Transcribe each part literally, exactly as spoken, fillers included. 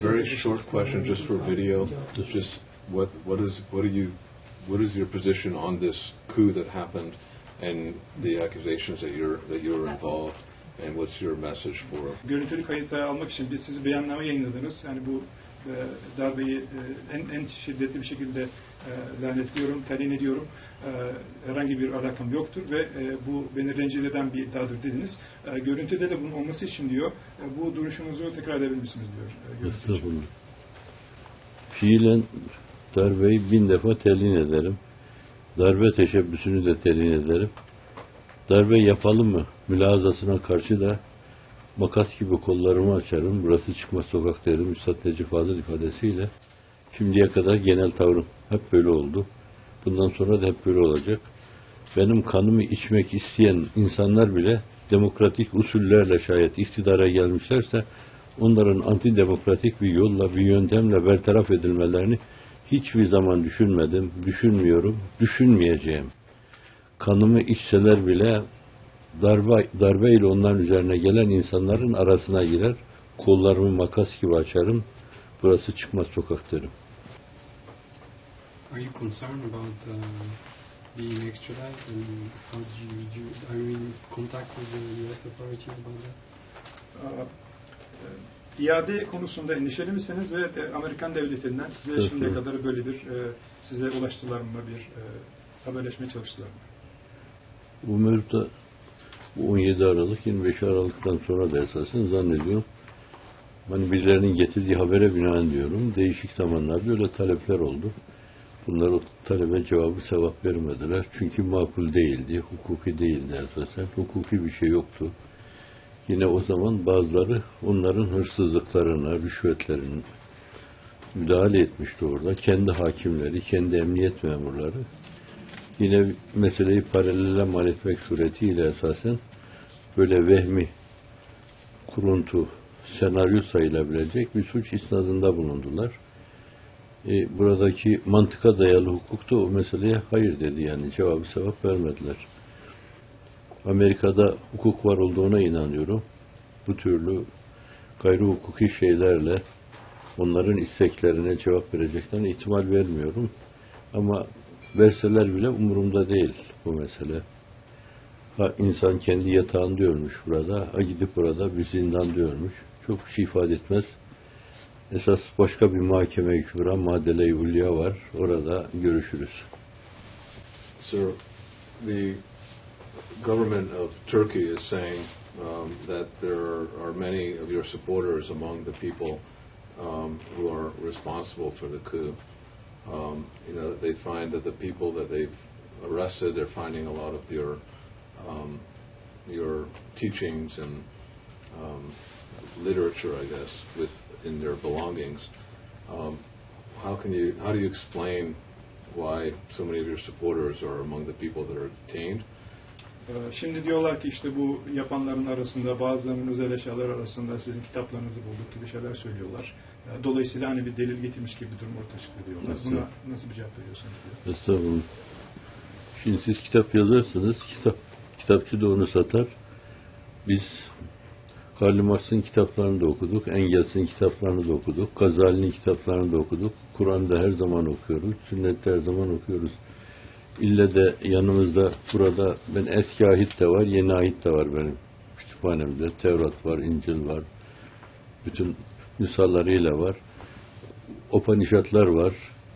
very short question, just for video. Just what what is what are you what is your position on this coup that happened and the accusations that you're that you were involved, and what's your message for? Görüntülü kayıtları almak için biz sizi beyanname yayınladınız. Yani bu e, darbeyi e, en en şiddetli bir şekilde e, lanetliyorum, telin ediyorum. E, herhangi bir alakam yoktur ve e, bu beni rencide eden bir iddiadır dediniz. E, görüntüde de bunun olması için diyor, e, bu duruşunuzu tekrar edebilir misiniz diyor. E, Estağfurullah. Fiilen darbeyi bin defa telin ederim. Darbe teşebbüsünü de telin ederim. Darbe yapalım mı mülazasına karşı da makas gibi kollarımı açarım. Burası çıkmaz sokak derim. Üstad Necip Fazıl ifadesiyle. Şimdiye kadar genel tavrım hep böyle oldu. Bundan sonra da hep böyle olacak. Benim kanımı içmek isteyen insanlar bile demokratik usullerle şayet iktidara gelmişlerse onların antidemokratik bir yolla, bir yöntemle bertaraf edilmelerini hiçbir zaman düşünmedim, düşünmüyorum, düşünmeyeceğim. Kanımı içseler bile darbe, darbeyle onların üzerine gelen insanların arasına girer, kollarımı makas gibi açarım, burası çıkmaz sokak derim. Are you concerned about uh, being extradited, and how do you, do you are you in contact with the U S authorities about that? İade konusunda endişeli misiniz ve Amerikan devletinden size evet, şimdiye evet. kadar böyle bir e, size ulaştılar mı, bir e, haberleşmeye çalıştılar mı? Bu mevzuda on yedi Aralık, yirmi beş Aralık'tan sonra da esasen zannediyorum. Hani birilerinin getirdiği habere binaen diyorum. Değişik zamanlarda öyle talepler oldu. Bunlar o talebe cevabı sevap vermediler. Çünkü makul değildi, hukuki değildi esasen. Hukuki bir şey yoktu. Yine o zaman bazıları onların hırsızlıklarına, rüşvetlerine müdahale etmişti orada. Kendi hakimleri, kendi emniyet memurları. Yine meseleyi paralele mal etmek suretiyle esasen böyle vehmi, kuruntu, senaryo sayılabilecek bir suç isnadında bulundular. E, buradaki mantıka dayalı hukukta o meseleye hayır dedi, yani cevabı sevap vermediler. Amerika'da hukuk var olduğuna inanıyorum. Bu türlü gayri hukuki şeylerle onların isteklerine cevap vereceklerine ihtimal vermiyorum. Ama verseler bile umurumda değil bu mesele. Ha, insan kendi yatağında ölmüş burada, ha gidip burada bir zindanda ölmüş. Çok bir şey ifade etmez. Esas başka bir mahkeme-i kübra, madele-i ulya var. Orada görüşürüz. Sir, the government of Turkey is saying um, that there are, are many of your supporters among the people um, who are responsible for the coup. Um, you know, they find that the people that they've arrested, they're finding a lot of your um, your teachings and um, literature, I guess, with in their belongings. Um, how can you, how do you explain why so many of your supporters are among the people that are detained? Şimdi diyorlar ki işte bu yapanların arasında, bazılarının özel eşyalar arasında sizin kitaplarınızı bulduk gibi şeyler söylüyorlar. Dolayısıyla hani bir delil getirmiş gibi bir durum ortaya çıkıyor diyorlar. Nasıl? Buna nasıl bir cevap veriyorsunuz diyor. Estağfurullah. Şimdi siz kitap yazarsınız, kitap, kitapçı da onu satar. Biz Karl Marx'ın kitaplarını da okuduk, Engels'in kitaplarını da okuduk, Gazali'nin kitaplarını da okuduk. Kur'an'da her zaman okuyoruz, sünnette her zaman okuyoruz. İlle de yanımızda burada ben eski ahit de var, yeni ahit de var benim kütüphanemde. Tevrat var, İncil var, bütün nüshalarıyla var. Upanishadlar var,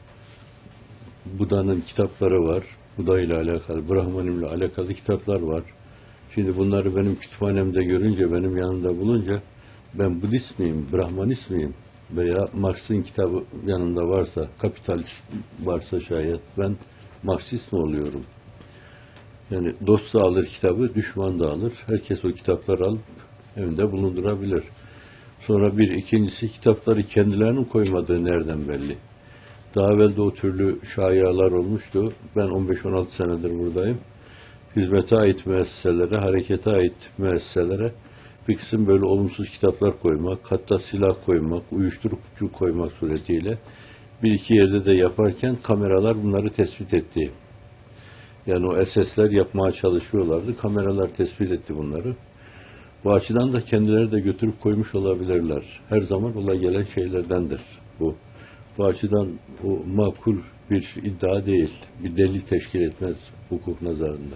Buda'nın kitapları var, Buda ile alakalı, Brahmanım ile alakalı kitaplar var. Şimdi bunları benim kütüphanemde görünce, benim yanımda bulunca ben Budist miyim, Brahmanist miyim veya Marx'ın kitabı yanında varsa, kapitalist varsa şayet ben Marksist mi oluyorum? Yani dost da alır kitabı, düşman da alır. Herkes o kitapları alıp evinde bulundurabilir. Sonra bir ikincisi, kitapları kendilerinin koymadığı nereden belli? Daha evvel de o türlü şayialar olmuştu. Ben on beş on altı senedir buradayım. Hizmete ait müesseselere, harekete ait müesseselere bir kısım böyle olumsuz kitaplar koymak, hatta silah koymak, uyuşturucu koymak suretiyle bir iki yerde de yaparken kameralar bunları tespit etti. Yani o S S'ler yapmaya çalışıyorlardı. Kameralar tespit etti bunları. Bu açıdan da kendileri de götürüp koymuş olabilirler. Her zaman olay gelen şeylerdendir bu. Bu açıdan o makul bir iddia değil, bir delil teşkil etmez hukuk nazarında.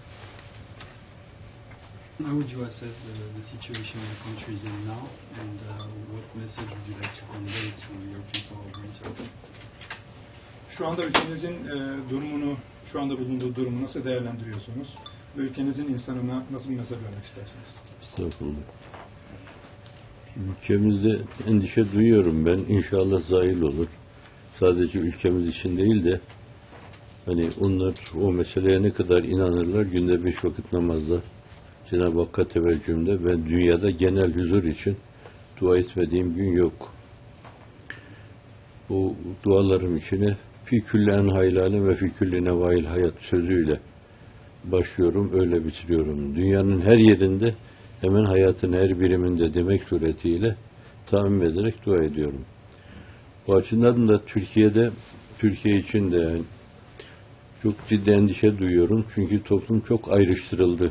How would you assess the, the situation the country is in now, and uh, what message would you like to convey to your people over in Turkey? Şu anda ülkenizin e, durumunu, şu anda bulunduğu durumu nasıl değerlendiriyorsunuz? Ve ülkenizin insanına nasıl bir mesaj vermek istersiniz? Estağfurullah. Ülkemizde endişe duyuyorum ben. İnşallah zahil olur. Sadece ülkemiz için değil de hani onlar o meseleye ne kadar inanırlar, günde beş vakit namazda Cenab-ı Hakk'a teveccühümde ve dünyada genel huzur için dua etmediğim gün yok. Bu dualarım içine fi külli en haylalem ve fi külli nevail hayat sözüyle başlıyorum, öyle bitiriyorum. Dünyanın her yerinde, hemen hayatın her biriminde demek suretiyle tahammül ederek dua ediyorum. Bu açıdan da Türkiye'de, Türkiye için de yani çok ciddi endişe duyuyorum. Çünkü toplum çok ayrıştırıldı.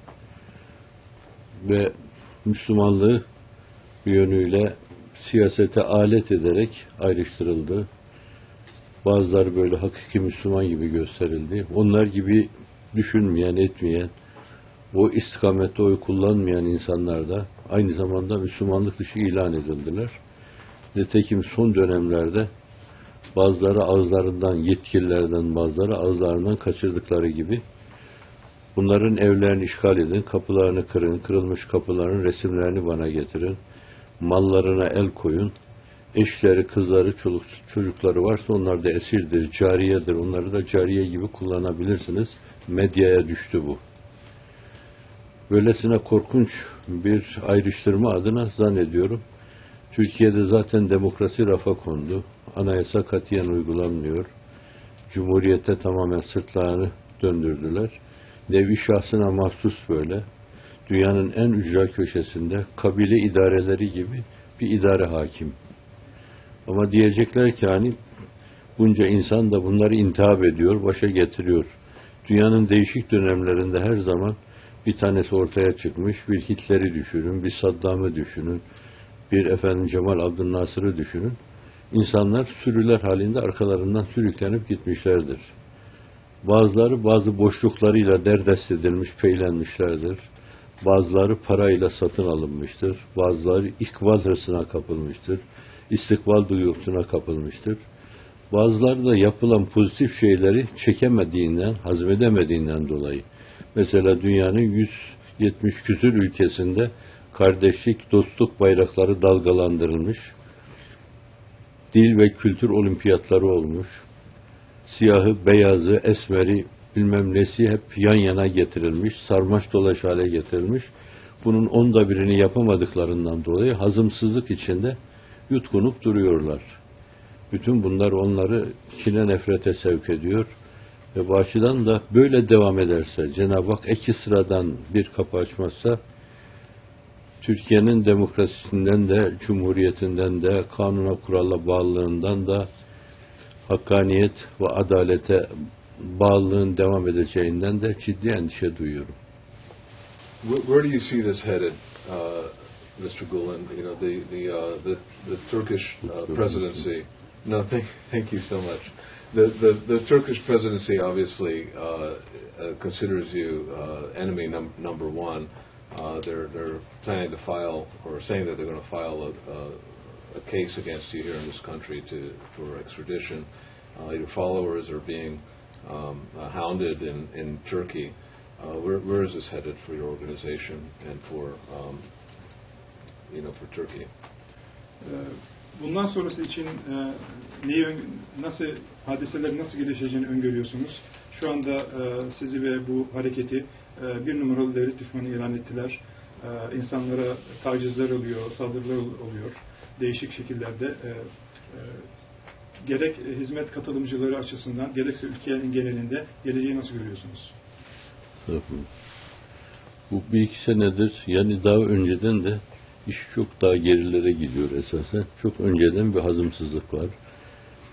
Ve Müslümanlığı bir yönüyle siyasete alet ederek ayrıştırıldı. Bazıları böyle hakiki Müslüman gibi gösterildi. Onlar gibi düşünmeyen, etmeyen, o istikamette oy kullanmayan insanlar da aynı zamanda Müslümanlık dışı ilan edildiler. Nitekim son dönemlerde bazıları ağızlarından, yetkililerden bazıları ağızlarından kaçırdıkları gibi bunların evlerini işgal edin, kapılarını kırın, kırılmış kapıların resimlerini bana getirin, mallarına el koyun, eşleri, kızları, çoluk, çocukları varsa onlar da esirdir, cariyedir, onları da cariye gibi kullanabilirsiniz. Medyaya düştü bu. Böylesine korkunç bir ayrıştırma adına zannediyorum, Türkiye'de zaten demokrasi rafa kondu, anayasa katiyen uygulanmıyor, Cumhuriyete tamamen sırtlarını döndürdüler. Nevi şahsına mahsus böyle, dünyanın en ücra köşesinde kabile idareleri gibi bir idare hakim. Ama diyecekler ki hani bunca insan da bunları intihap ediyor, başa getiriyor. Dünyanın değişik dönemlerinde her zaman bir tanesi ortaya çıkmış, bir Hitler'i düşünün, bir Saddam'ı düşünün, bir efendim Cemal Abdülnasır'ı düşünün. İnsanlar sürüler halinde arkalarından sürüklenip gitmişlerdir. Bazıları bazı boşluklarıyla derdest edilmiş, peylenmişlerdir. Bazıları parayla satın alınmıştır. Bazıları ikbal hırsına kapılmıştır. İstikbal duygusuna kapılmıştır. Bazıları da yapılan pozitif şeyleri çekemediğinden, hazmedemediğinden dolayı. Mesela dünyanın yüz yetmiş küsur ülkesinde kardeşlik, dostluk bayrakları dalgalandırılmış. Dil ve kültür olimpiyatları olmuş. Siyahı, beyazı, esmeri, bilmem nesi hep yan yana getirilmiş, sarmaş dolaş hale getirilmiş. Bunun onda birini yapamadıklarından dolayı hazımsızlık içinde yutkunup duruyorlar. Bütün bunlar onları kine nefrete sevk ediyor. Ve bu açıdan da böyle devam ederse, Cenab-ı Hak iki sıradan bir kapı açmazsa, Türkiye'nin demokrasisinden de, cumhuriyetinden de, kanuna kurala bağlılığından da, hakkaniyet ve adalete bağlılığın devam edeceğinden de ciddi endişe duyuyorum. Where, where do you see this headed, uh, Mister Gulen? You know, the the uh, the, the Turkish uh, presidency. No, thank thank you so much. The the, the Turkish presidency obviously uh, uh, considers you uh, enemy num number one. Uh, they're they're planning to file or saying that they're going to file a, a a case against you here in this country to for extradition. Uh, your followers are being um, uh, hounded in in Turkey. Uh, where where is this headed for your organization and for um, you know for Turkey? Bundan sonrası için e, neyi nasıl hadiseler nasıl gelişeceğini öngörüyorsunuz? Şu anda e, sizi ve bu hareketi e, bir numaralı devlet düşmanı ilan ettiler. E, insanlara tacizler oluyor, saldırılar oluyor. Değişik şekillerde e, e, gerek hizmet katılımcıları açısından gerekse ülkenin genelinde geleceği nasıl görüyorsunuz? Bu bir iki senedir yani daha önceden de iş çok daha gerilere gidiyor esasen. Çok önceden bir hazımsızlık var.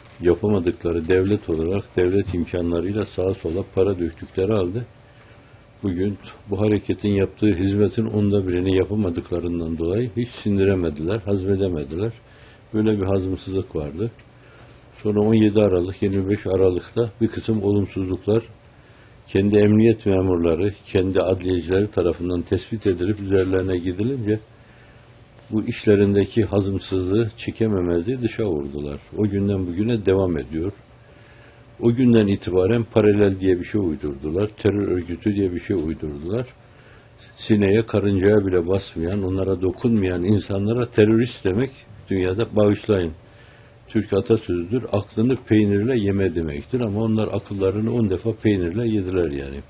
Yapamadıkları devlet olarak devlet imkanlarıyla sağa sola para döktükleri halde bugün bu hareketin yaptığı hizmetin onda birini yapamadıklarından dolayı hiç sindiremediler, hazmedemediler. Böyle bir hazımsızlık vardı. Sonra on yedi Aralık, yirmi beş Aralık'ta bir kısım olumsuzluklar kendi emniyet memurları, kendi adliyecileri tarafından tespit edilip üzerlerine gidilince bu işlerindeki hazımsızlığı, çekememezliği dışa vurdular. O günden bugüne devam ediyor. O günden itibaren paralel diye bir şey uydurdular, terör örgütü diye bir şey uydurdular. Sineye, karıncaya bile basmayan, onlara dokunmayan insanlara terörist demek dünyada bağışlayın. Türk atasözüdür, aklını peynirle yeme demektir ama onlar akıllarını on defa peynirle yediler yani.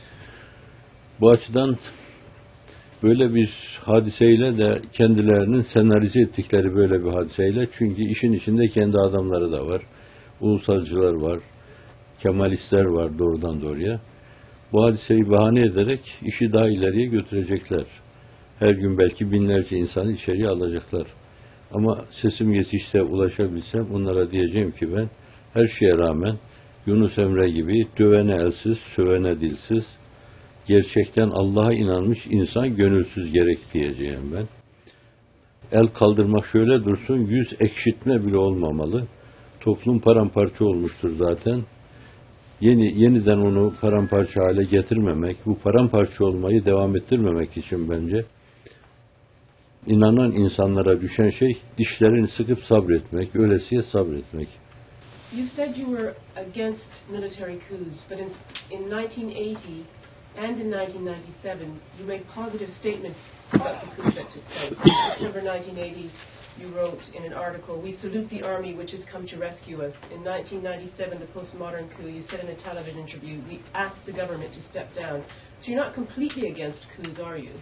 Bu açıdan böyle bir hadiseyle de kendilerinin senarize ettikleri böyle bir hadiseyle, çünkü işin içinde kendi adamları da var, ulusalcılar var, Kemalistler var doğrudan doğruya. Bu hadiseyi bahane ederek işi daha ileriye götürecekler. Her gün belki binlerce insanı içeriye alacaklar. Ama sesim yetişse, ulaşabilsem onlara diyeceğim ki ben her şeye rağmen Yunus Emre gibi dövene elsiz, sövene dilsiz, gerçekten Allah'a inanmış insan gönülsüz gerek diyeceğim ben. El kaldırmak şöyle dursun, yüz ekşitme bile olmamalı. Toplum paramparça olmuştur zaten. Yeni, yeniden onu paramparça hale getirmemek, bu paramparça olmayı devam ettirmemek için bence inanan insanlara düşen şey dişlerini sıkıp sabretmek, ölesiye sabretmek. You said you were against military coups, but in, in nineteen eighty and in nineteen ninety-seven you made positive statements about the coup that took place. In September nineteen eighty you wrote in an article, "We salute the army which has come to rescue us." In nineteen ninety-seven, the postmodern coup, you said in a television interview, "We asked the government to step down." So you're not completely against coups, are you?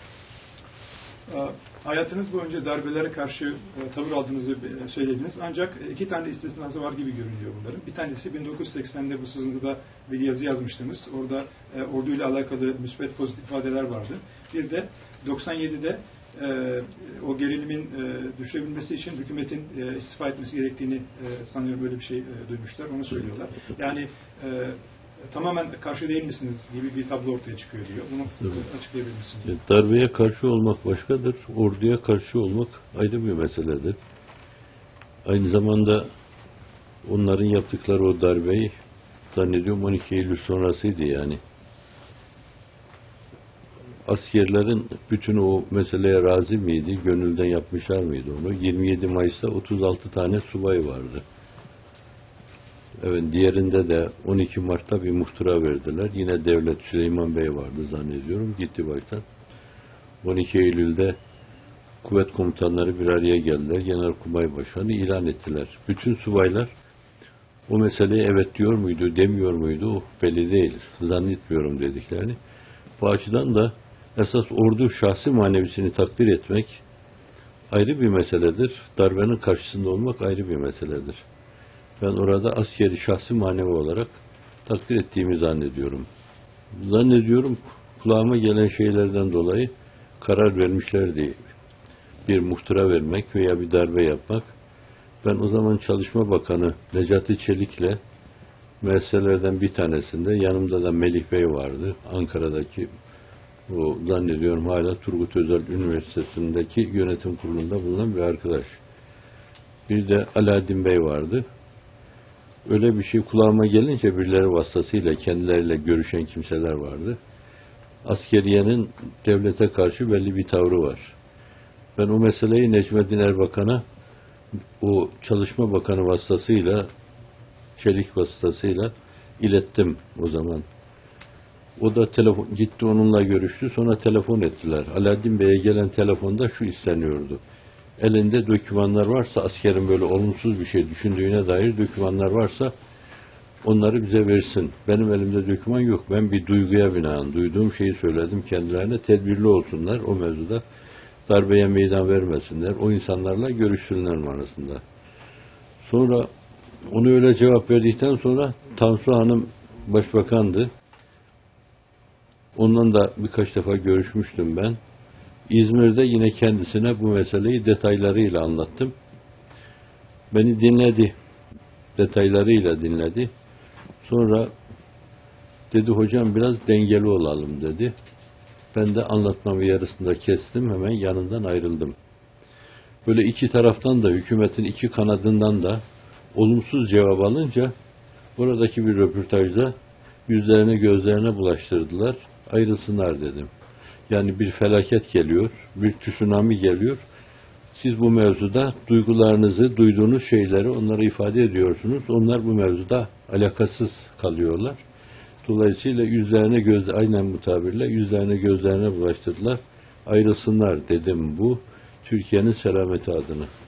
Hayatınız boyunca darbelere karşı e, tavır aldığınızı e, söylediniz. Ancak iki tane istisnası var gibi görünüyor bunların. Bir tanesi bin dokuz yüz seksende bu sızıntıda bir yazı yazmıştınız. Orada e, orduyla alakalı müspet pozitif ifadeler vardı. Bir de doksan yedide e, o gerilimin e, düşürebilmesi için hükümetin e, istifa etmesi gerektiğini e, sanıyorum böyle bir şey e, duymuşlar. Onu söylüyorlar. Yani e, tamamen karşı değil misiniz gibi bir tablo ortaya çıkıyor diyor. Bunu evet. Açıklayabilir misiniz? Darbeye karşı olmak başkadır, orduya karşı olmak ayrı bir meseledir. Aynı zamanda onların yaptıkları o darbeyi zannediyorum on iki Eylül sonrasıydı yani. Askerlerin bütün o meseleye razı mıydı, gönülden yapmışlar mıydı onu? yirmi yedi Mayıs'ta otuz altı tane subay vardı. Evet, diğerinde de on iki Mart'ta bir muhtıra verdiler. Yine Devlet Süleyman Bey vardı zannediyorum. Gitti baştan. on iki Eylül'de kuvvet komutanları bir araya geldiler. Genelkurmay Başkanı ilan ettiler. Bütün subaylar o meseleye evet diyor muydu, demiyor muydu o belli değil. Zannetmiyorum dediklerini. Bu açıdan da esas ordu şahsi manevisini takdir etmek ayrı bir meseledir. Darbenin karşısında olmak ayrı bir meseledir. Ben orada askeri şahsi manevi olarak takdir ettiğimi zannediyorum. Zannediyorum kulağıma gelen şeylerden dolayı karar vermişlerdi. Bir muhtıra vermek veya bir darbe yapmak. Ben o zaman Çalışma Bakanı Necati Çelik'le müesseselerden bir tanesinde, yanımda da Melih Bey vardı. Ankara'daki, o zannediyorum hala Turgut Özal Üniversitesi'ndeki yönetim kurulunda bulunan bir arkadaş. Bir de Alaaddin Bey vardı. Öyle bir şey kulağıma gelince birileri vasıtasıyla kendileriyle görüşen kimseler vardı. Askeriyenin devlete karşı belli bir tavrı var. Ben o meseleyi Necmettin Erbakan'a o Çalışma Bakanı vasıtasıyla, Çelik vasıtasıyla ilettim o zaman. O da telefon gitti, onunla görüştü. Sonra telefon ettiler. Alaaddin Bey'e gelen telefonda şu isteniyordu: elinde dokümanlar varsa, askerin böyle olumsuz bir şey düşündüğüne dair dokümanlar varsa onları bize versin. Benim elimde doküman yok. Ben bir duyguya binaen duyduğum şeyi söyledim kendilerine. Tedbirli olsunlar o mevzuda. Darbeye meydan vermesinler. O insanlarla görüşsünler manasında. Sonra onu öyle cevap verdikten sonra Tansu Hanım başbakandı. Ondan da birkaç defa görüşmüştüm ben. İzmir'de yine kendisine bu meseleyi detaylarıyla anlattım. Beni dinledi. Detaylarıyla dinledi. Sonra Dedi hocam biraz dengeli olalım dedi. Ben de anlatmamı yarısında kestim, hemen yanından ayrıldım. Böyle iki taraftan da, hükümetin iki kanadından da olumsuz cevap alınca buradaki bir röportajda yüzlerine gözlerine bulaştırdılar. Ayrılsınlar dedim. Yani bir felaket geliyor, bir tsunami geliyor. Siz bu mevzuda duygularınızı, duyduğunuz şeyleri onlara ifade ediyorsunuz. Onlar bu mevzuda alakasız kalıyorlar. Dolayısıyla yüzlerine gözle, aynen bu tabirle yüzlerine gözlerine bulaştırdılar. Ayrılsınlar dedim bu Türkiye'nin selameti adına.